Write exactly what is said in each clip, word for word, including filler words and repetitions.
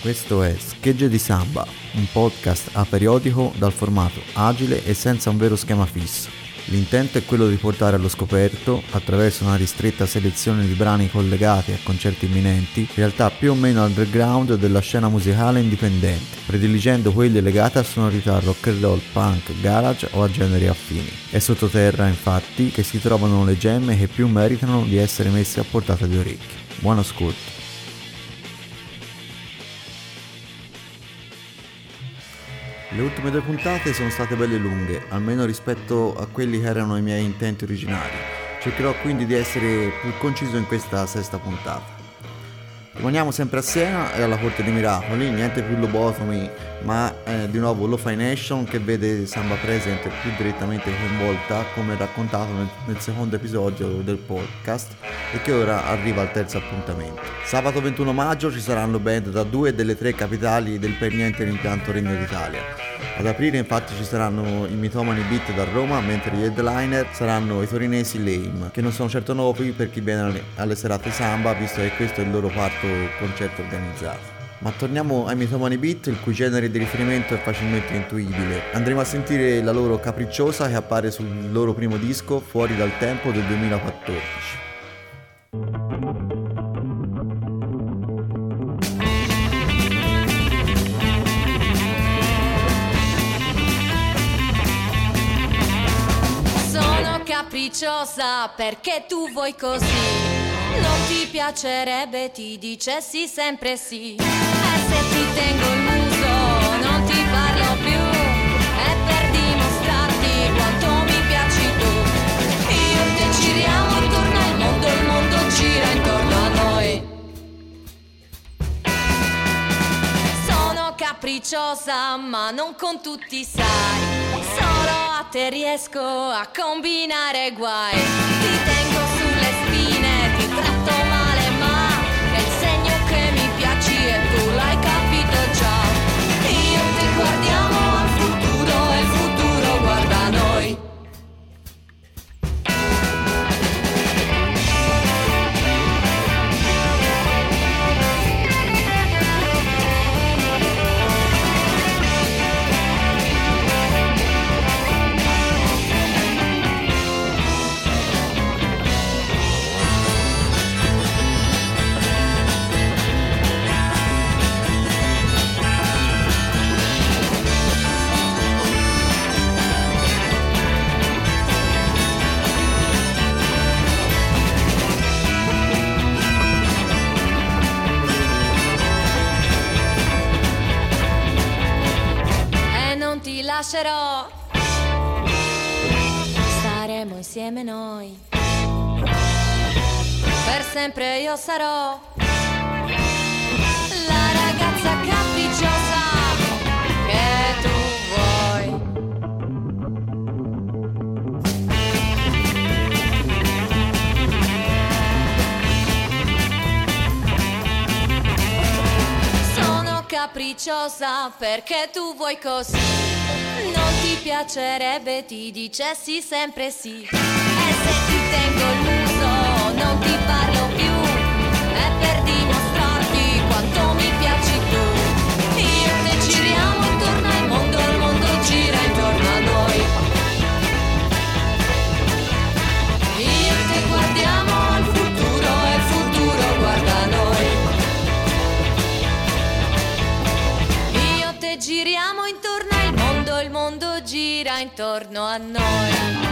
Questo è Schegge di Samba, un podcast aperiodico dal formato agile e senza un vero schema fisso. L'intento è quello di portare allo scoperto, attraverso una ristretta selezione di brani collegati a concerti imminenti, realtà più o meno underground della scena musicale indipendente, prediligendo quelle legate a sonorità rock and roll, punk, garage o a generi affini. È sottoterra, infatti, che si trovano le gemme che più meritano di essere messe a portata di orecchie. Buon ascolto. Le ultime due puntate sono state belle lunghe, almeno rispetto a quelli che erano i miei intenti originari. Cercherò quindi di essere più conciso in questa sesta puntata. Rimaniamo sempre a Siena e alla Corte dei Miracoli, niente più lobotomi, ma eh, di nuovo Lo-Fi Nation, che vede Samba Present più direttamente coinvolta, come raccontato nel, nel secondo episodio del podcast, e che ora arriva al terzo appuntamento. Sabato ventuno maggio ci saranno band da due delle tre capitali del per niente rimpianto Regno d'Italia. Ad aprire infatti ci saranno i Mitomani Beat da Roma, mentre gli headliner saranno i torinesi Lame, che non sono certo nuovi per chi viene alle, alle serate Samba, visto che questo è il loro quarto concerto organizzato. Ma torniamo ai Mitomani Beat, il cui genere di riferimento è facilmente intuibile. Andremo a sentire la loro Capricciosa, che appare sul loro primo disco Fuori dal Tempo del duemilaquattordici. Capricciosa perché tu vuoi così, non ti piacerebbe ti dicessi sempre sì, e se ti tengo il muso non ti parlo più, è per dimostrarti quanto mi piaci tu, io e te giriamo intorno al mondo, il mondo gira intorno a noi. Sono capricciosa ma non con tutti sai, solo a te riesco a combinare guai. Ti tengo sulle spine, ti tratto male, ma è il segno che mi piaci e tu l'hai capito già. Io e te guardiamo al futuro e il futuro guarda noi. Lascerò, staremo insieme noi, per sempre io sarò la ragazza capricciosa che tu vuoi. Sono capricciosa perché tu vuoi così, non ti piacerebbe ti dicessi sempre sì, e se ti tengo il muso non ti parlo più, è per dimostrarti quanto mi piaci tu, io e te giriamo intorno al mondo, il mondo gira intorno a noi, io e te guardiamo al futuro e il futuro guarda noi, io e te giriamo intorno al mondo, il mondo gira intorno a noi.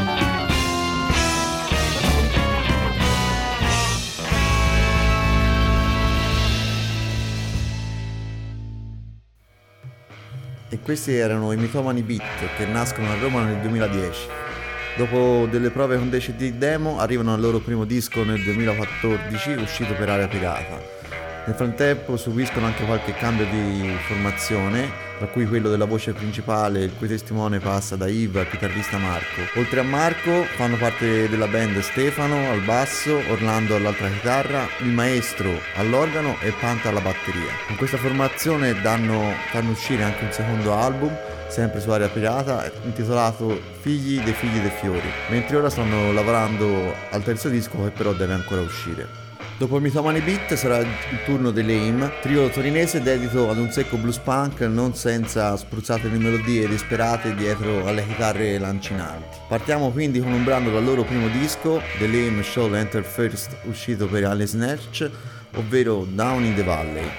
E questi erano i Mitomani Beat, che nascono a Roma nel duemiladieci. Dopo delle prove con dei C D demo arrivano al loro primo disco nel duemilaquattordici, uscito per Aria Pirata. Nel frattempo subiscono anche qualche cambio di formazione, tra cui quello della voce principale, il cui testimone passa da Yves al chitarrista Marco. Oltre a Marco fanno parte della band Stefano al basso, Orlando all'altra chitarra, il maestro all'organo e Panta alla batteria. Con questa formazione danno, fanno uscire anche un secondo album, sempre su Aria Pirata, intitolato Figli dei Figli dei Fiori, mentre ora stanno lavorando al terzo disco che però deve ancora uscire. Dopo il Mythomany Beat sarà il turno dei Lame, trio torinese dedito ad un secco blues punk non senza spruzzate di melodie disperate dietro alle chitarre lancinanti. Partiamo quindi con un brano dal loro primo disco, The Lame Shall Enter First, uscito per Alice Snatch, ovvero Down in the Valley.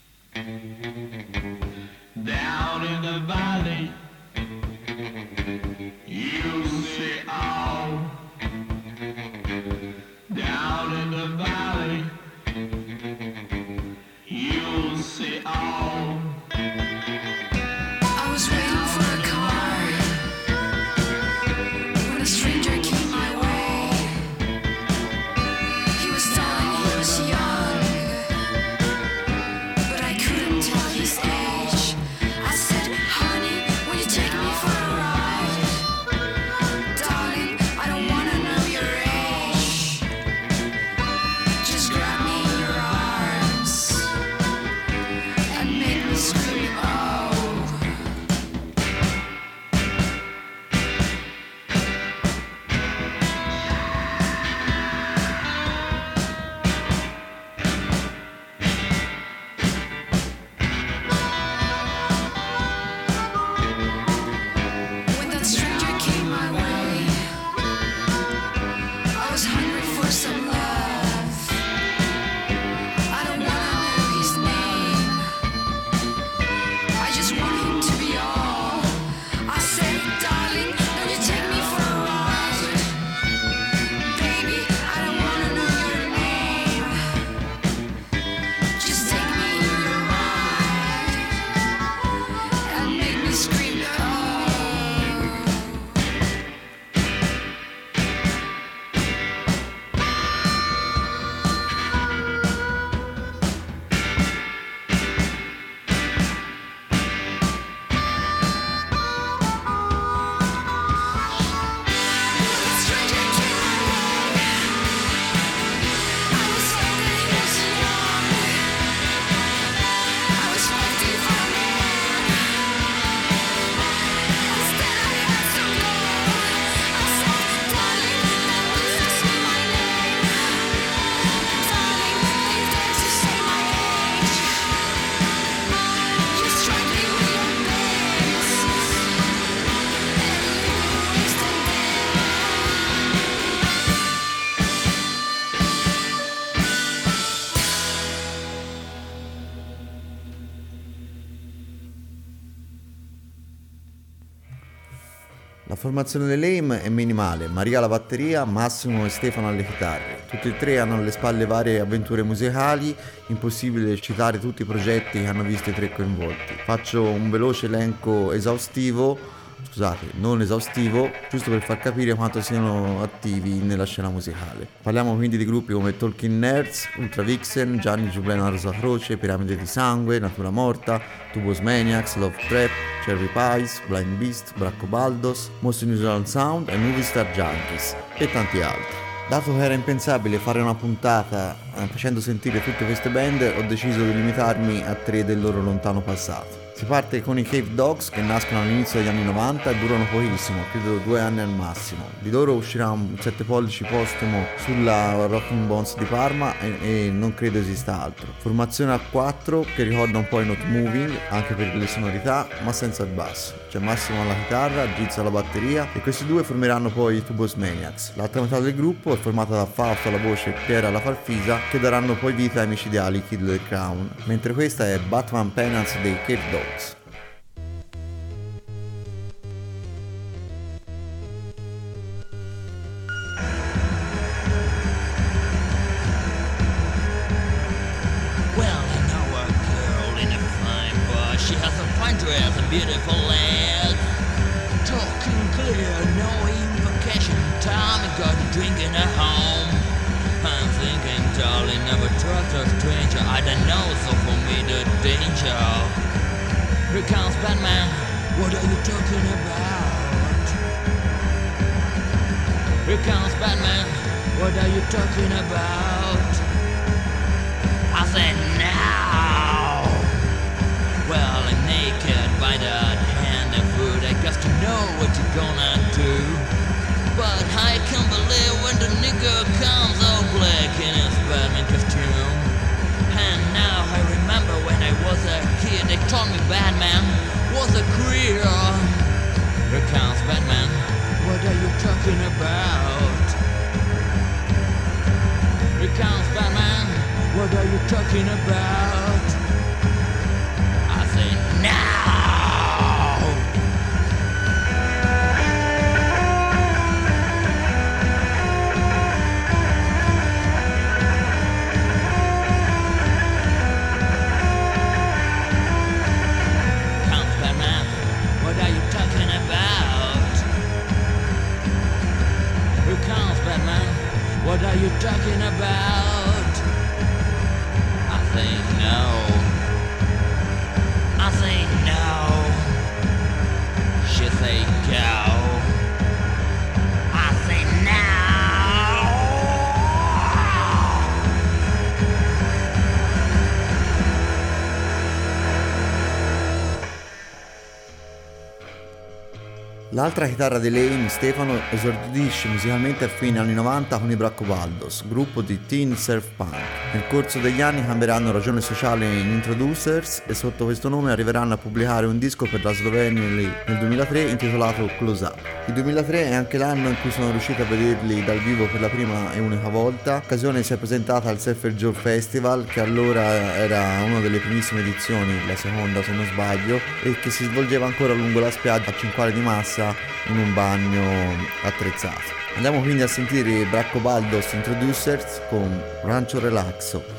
Down in the valley, you see all. Down in the valley, you'll see all. I was waiting for a car when a stranger came my way. He was tall and he was young, but I couldn't tell his age. I said, honey, will you take me for a ride? Darling, I don't wanna know your age. Just grab me in your arms and make me scream, oh. When that stranger came my way, I was hungry for some love. I don't wanna know his name, I just want him to be all. I said, darling, don't you take me for a ride? Baby, I don't wanna know your name, just take me in your ride and make me scream, oh. That stranger came my way. I was told that he was young. I was waiting for a man. Instead I had some gold. I said, darling, now will you say my name? Darling, leave there to say my age. You strike me with your bass, and you wasted them. La formazione dei Lame è minimale, Maria alla batteria, Massimo e Stefano alle chitarre. Tutti e tre hanno alle spalle varie avventure musicali, impossibile citare tutti i progetti che hanno visto i tre coinvolti. Faccio un veloce elenco esaustivo, scusate, non esaustivo, giusto per far capire quanto siano attivi nella scena musicale. Parliamo quindi di gruppi come Talking Nerds, Ultra Vixen, Gianni Giublena Rosa Croce, Piramide di Sangue, Natura Morta, Tubos Maniacs, Love Trap, Cherry Pies, Blind Beast, Bracco Baldos, Most Unusual Sound e Movie Star Junkies e tanti altri. Dato che era impensabile fare una puntata eh, facendo sentire tutte queste band, ho deciso di limitarmi a tre del loro lontano passato. Si parte con i Cave Dogs, che nascono all'inizio degli anni novanta e durano pochissimo, credo due anni al massimo. Di loro uscirà un sette pollici postumo sulla Rocking Bones di Parma e, e non credo esista altro. Formazione a quattro che ricorda un po' i Not Moving, anche per le sonorità, ma senza il basso. C'è Massimo alla chitarra, Giz alla batteria e questi due formeranno poi i Tubos Maniacs. L'altra metà del gruppo è formata da Fausto alla voce e Piera alla farfisa, che daranno poi vita ai micidiali Kid the Crown, mentre questa è Batman Penance dei Cave Dogs. Well, I know a girl in a fine bar. She has a fine dress and beautiful legs. Talking clear, no invocation. Time and got a drink in her home. I'm thinking, darling, never trust a stranger. I don't know, so for me the danger. Here comes Batman. What are you talking about? Here comes Batman. What are you talking about? I said now. Well, I'm naked by that hand and foot. I got to know what you're gonna do. But I can't believe when the nigga comes all black in his Batman costume. comes Batman? What are you talking about? I say now. Comes Batman? What are you talking about? Who comes Batman? What are you talking about? I say no. I say no. She say go. I say no. L'altra chitarra di Lane, Stefano, esordisce musicalmente a fine anni novanta con i Braccobaldos, gruppo di teen surf punk. Nel corso degli anni cambieranno ragione sociale in Introducers e sotto questo nome arriveranno a pubblicare un disco per la Slovenia nel duemilatré intitolato Close Up. Il duemilatré è anche l'anno in cui sono riuscito a vederli dal vivo per la prima e unica volta. L'occasione si è presentata al Surfer Joe Festival, che allora era una delle primissime edizioni, la seconda se non sbaglio, e che si svolgeva ancora lungo la spiaggia a Cinquale di Massa in un bagno attrezzato. Andiamo quindi a sentire i Braccobaldos Introducers con Rancho Relaxo.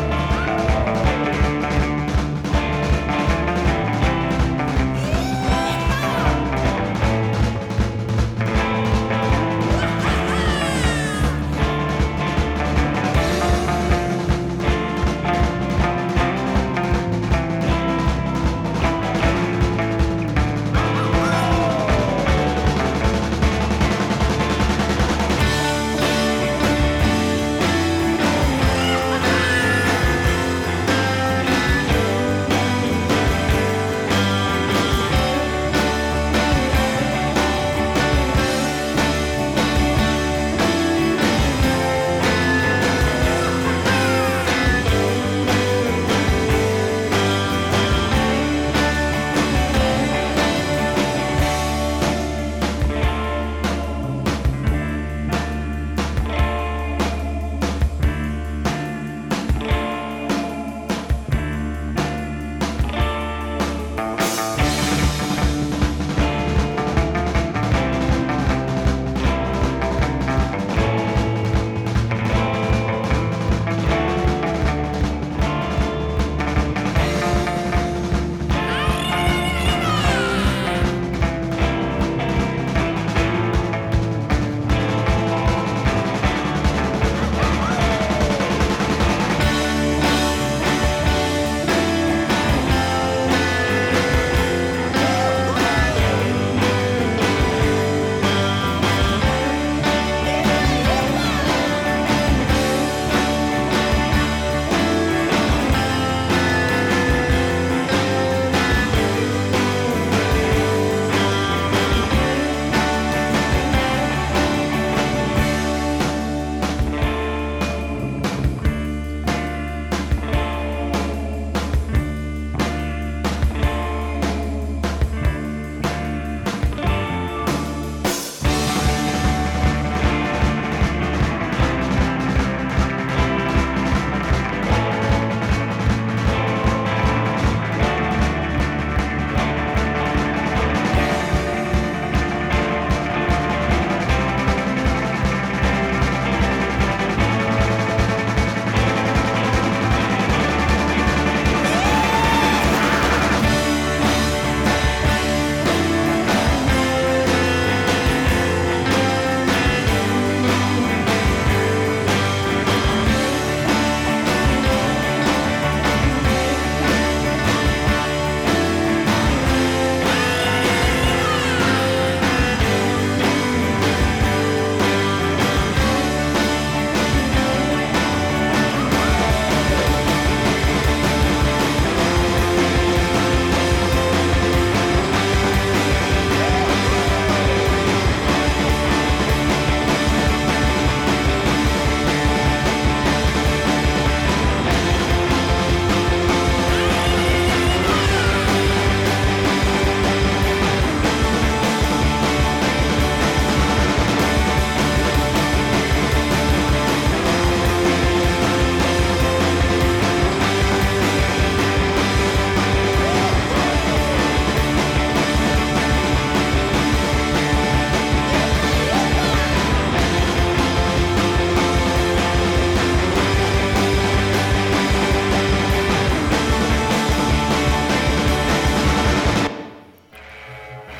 Yeah.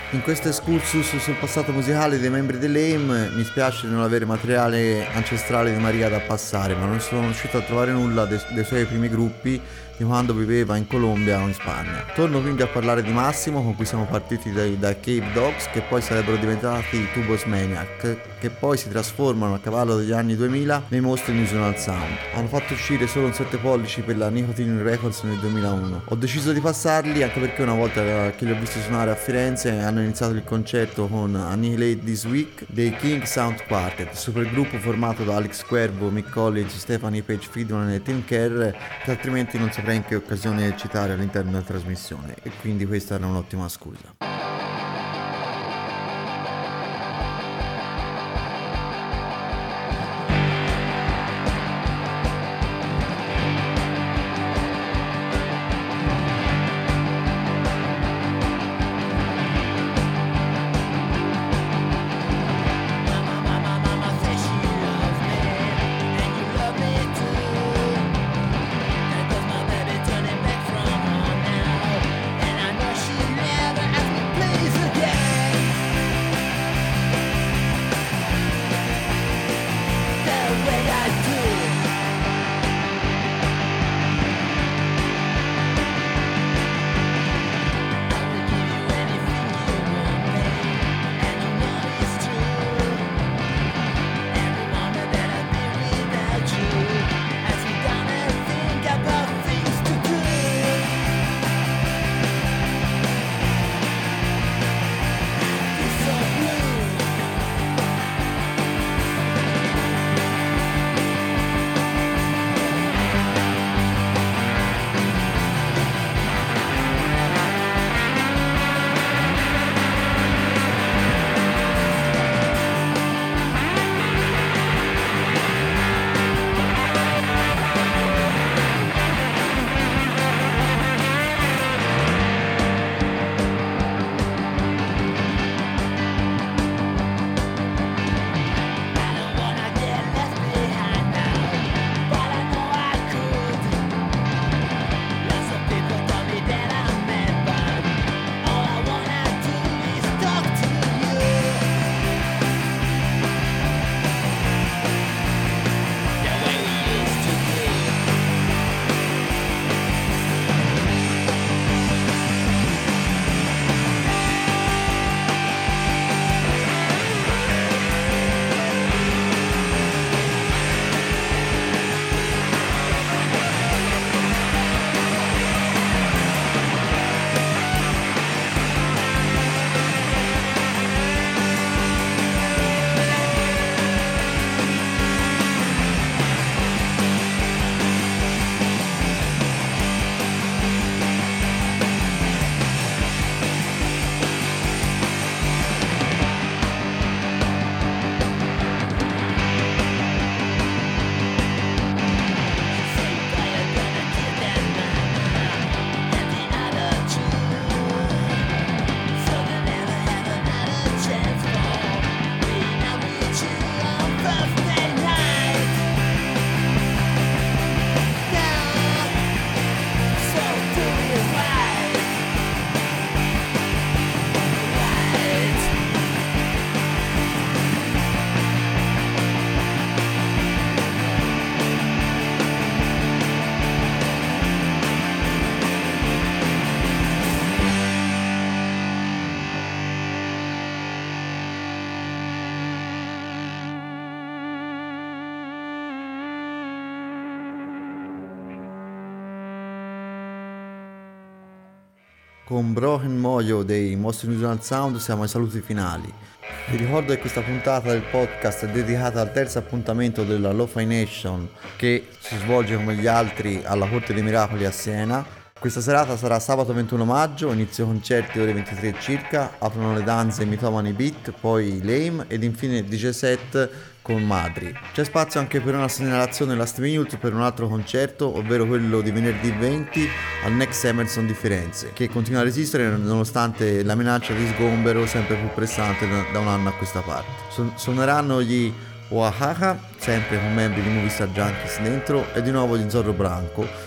In questo excursus sul passato musicale dei membri dell'A I M mi spiace di non avere materiale ancestrale di Maria da passare, ma non sono riuscito a trovare nulla de- dei suoi primi gruppi di quando viveva in Colombia o in Spagna. Torno quindi a parlare di Massimo, con cui siamo partiti dai, dai Cave Dogs, che poi sarebbero diventati i Tubos Maniac, che poi si trasformano a cavallo degli anni duemila nei Most Unusual Sound. Hanno fatto uscire solo un sette pollici per la Nicotine Records nel duemilauno. Ho deciso di passarli anche perché una volta che li ho visti suonare a Firenze hanno iniziato il concerto con Annihilate This Week dei King Sound Quartet, supergruppo formato da Alex Cuervo, Mick Collins, Stephanie Page Friedman e Tim Kerr, che altrimenti non saprei in che occasione citare all'interno della trasmissione, e quindi questa era un'ottima scusa. Con Broken Mojo dei Most Unusual Sound siamo ai saluti finali. Vi ricordo che questa puntata del podcast è dedicata al terzo appuntamento della Lo-Fi Nation, che si svolge come gli altri alla Corte dei Miracoli a Siena. Questa serata sarà sabato ventuno maggio, inizio concerti ore ventitré circa, aprono le danze Mitomani Beat, poi Lame ed infine D J set con Madri. C'è spazio anche per una segnalazione last minute per un altro concerto, ovvero quello di venerdì venti al Next Emerson di Firenze, che continua a resistere nonostante la minaccia di sgombero sempre più pressante da, da un anno a questa parte. Su- suoneranno gli Oaxaca, sempre con membri di Movie Star Junkies dentro, e di nuovo gli Zorro Branco,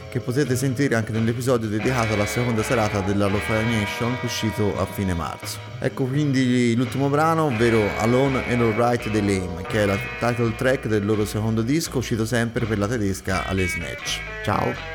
che potete sentire anche nell'episodio dedicato alla seconda serata della Lo-Fi Nation uscito a fine marzo. Ecco quindi l'ultimo brano, ovvero Alone and Alright dei Lame, che è la title track del loro secondo disco uscito sempre per la tedesca alle Snatch. Ciao!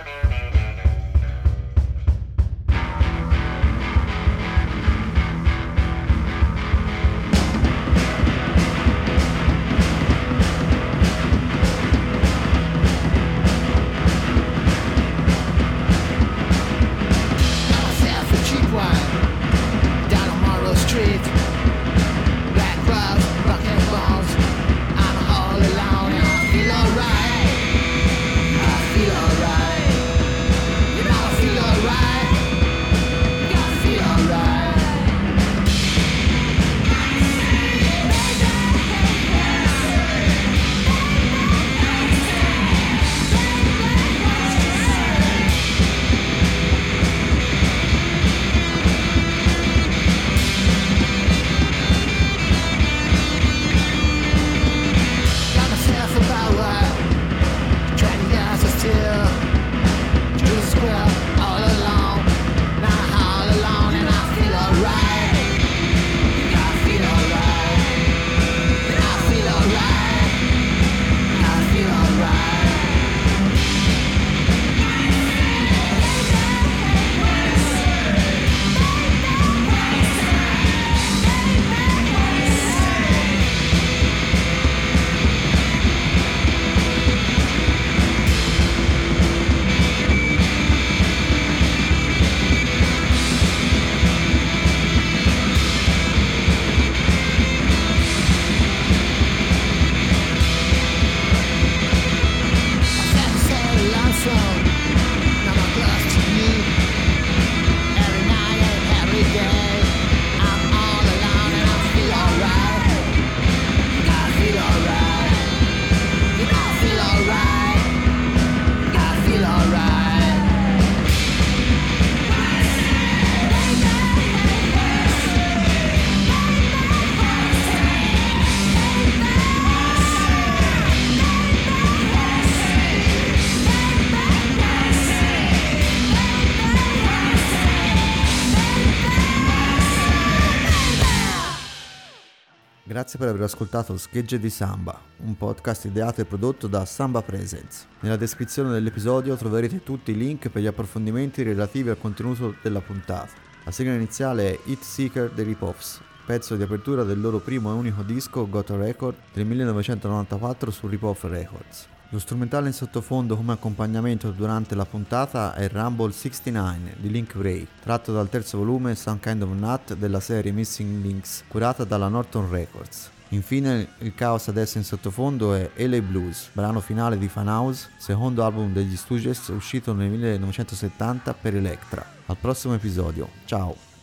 Grazie per aver ascoltato Schegge di Samba, un podcast ideato e prodotto da Samba Presents. Nella descrizione dell'episodio troverete tutti i link per gli approfondimenti relativi al contenuto della puntata. La sigla iniziale è Hit Seeker dei Ripoffs, pezzo di apertura del loro primo e unico disco Got a Record del millenovecentonovantaquattro su Ripoff Records. Lo strumentale in sottofondo come accompagnamento durante la puntata è Rumble sessantanove di Link Wray, tratto dal terzo volume Some Kind of Nut della serie Missing Links, curata dalla Norton Records. Infine il caos adesso in sottofondo è L A Blues, brano finale di Fan House, secondo album degli Stooges uscito nel millenovecentosettanta per Elektra. Al prossimo episodio, ciao!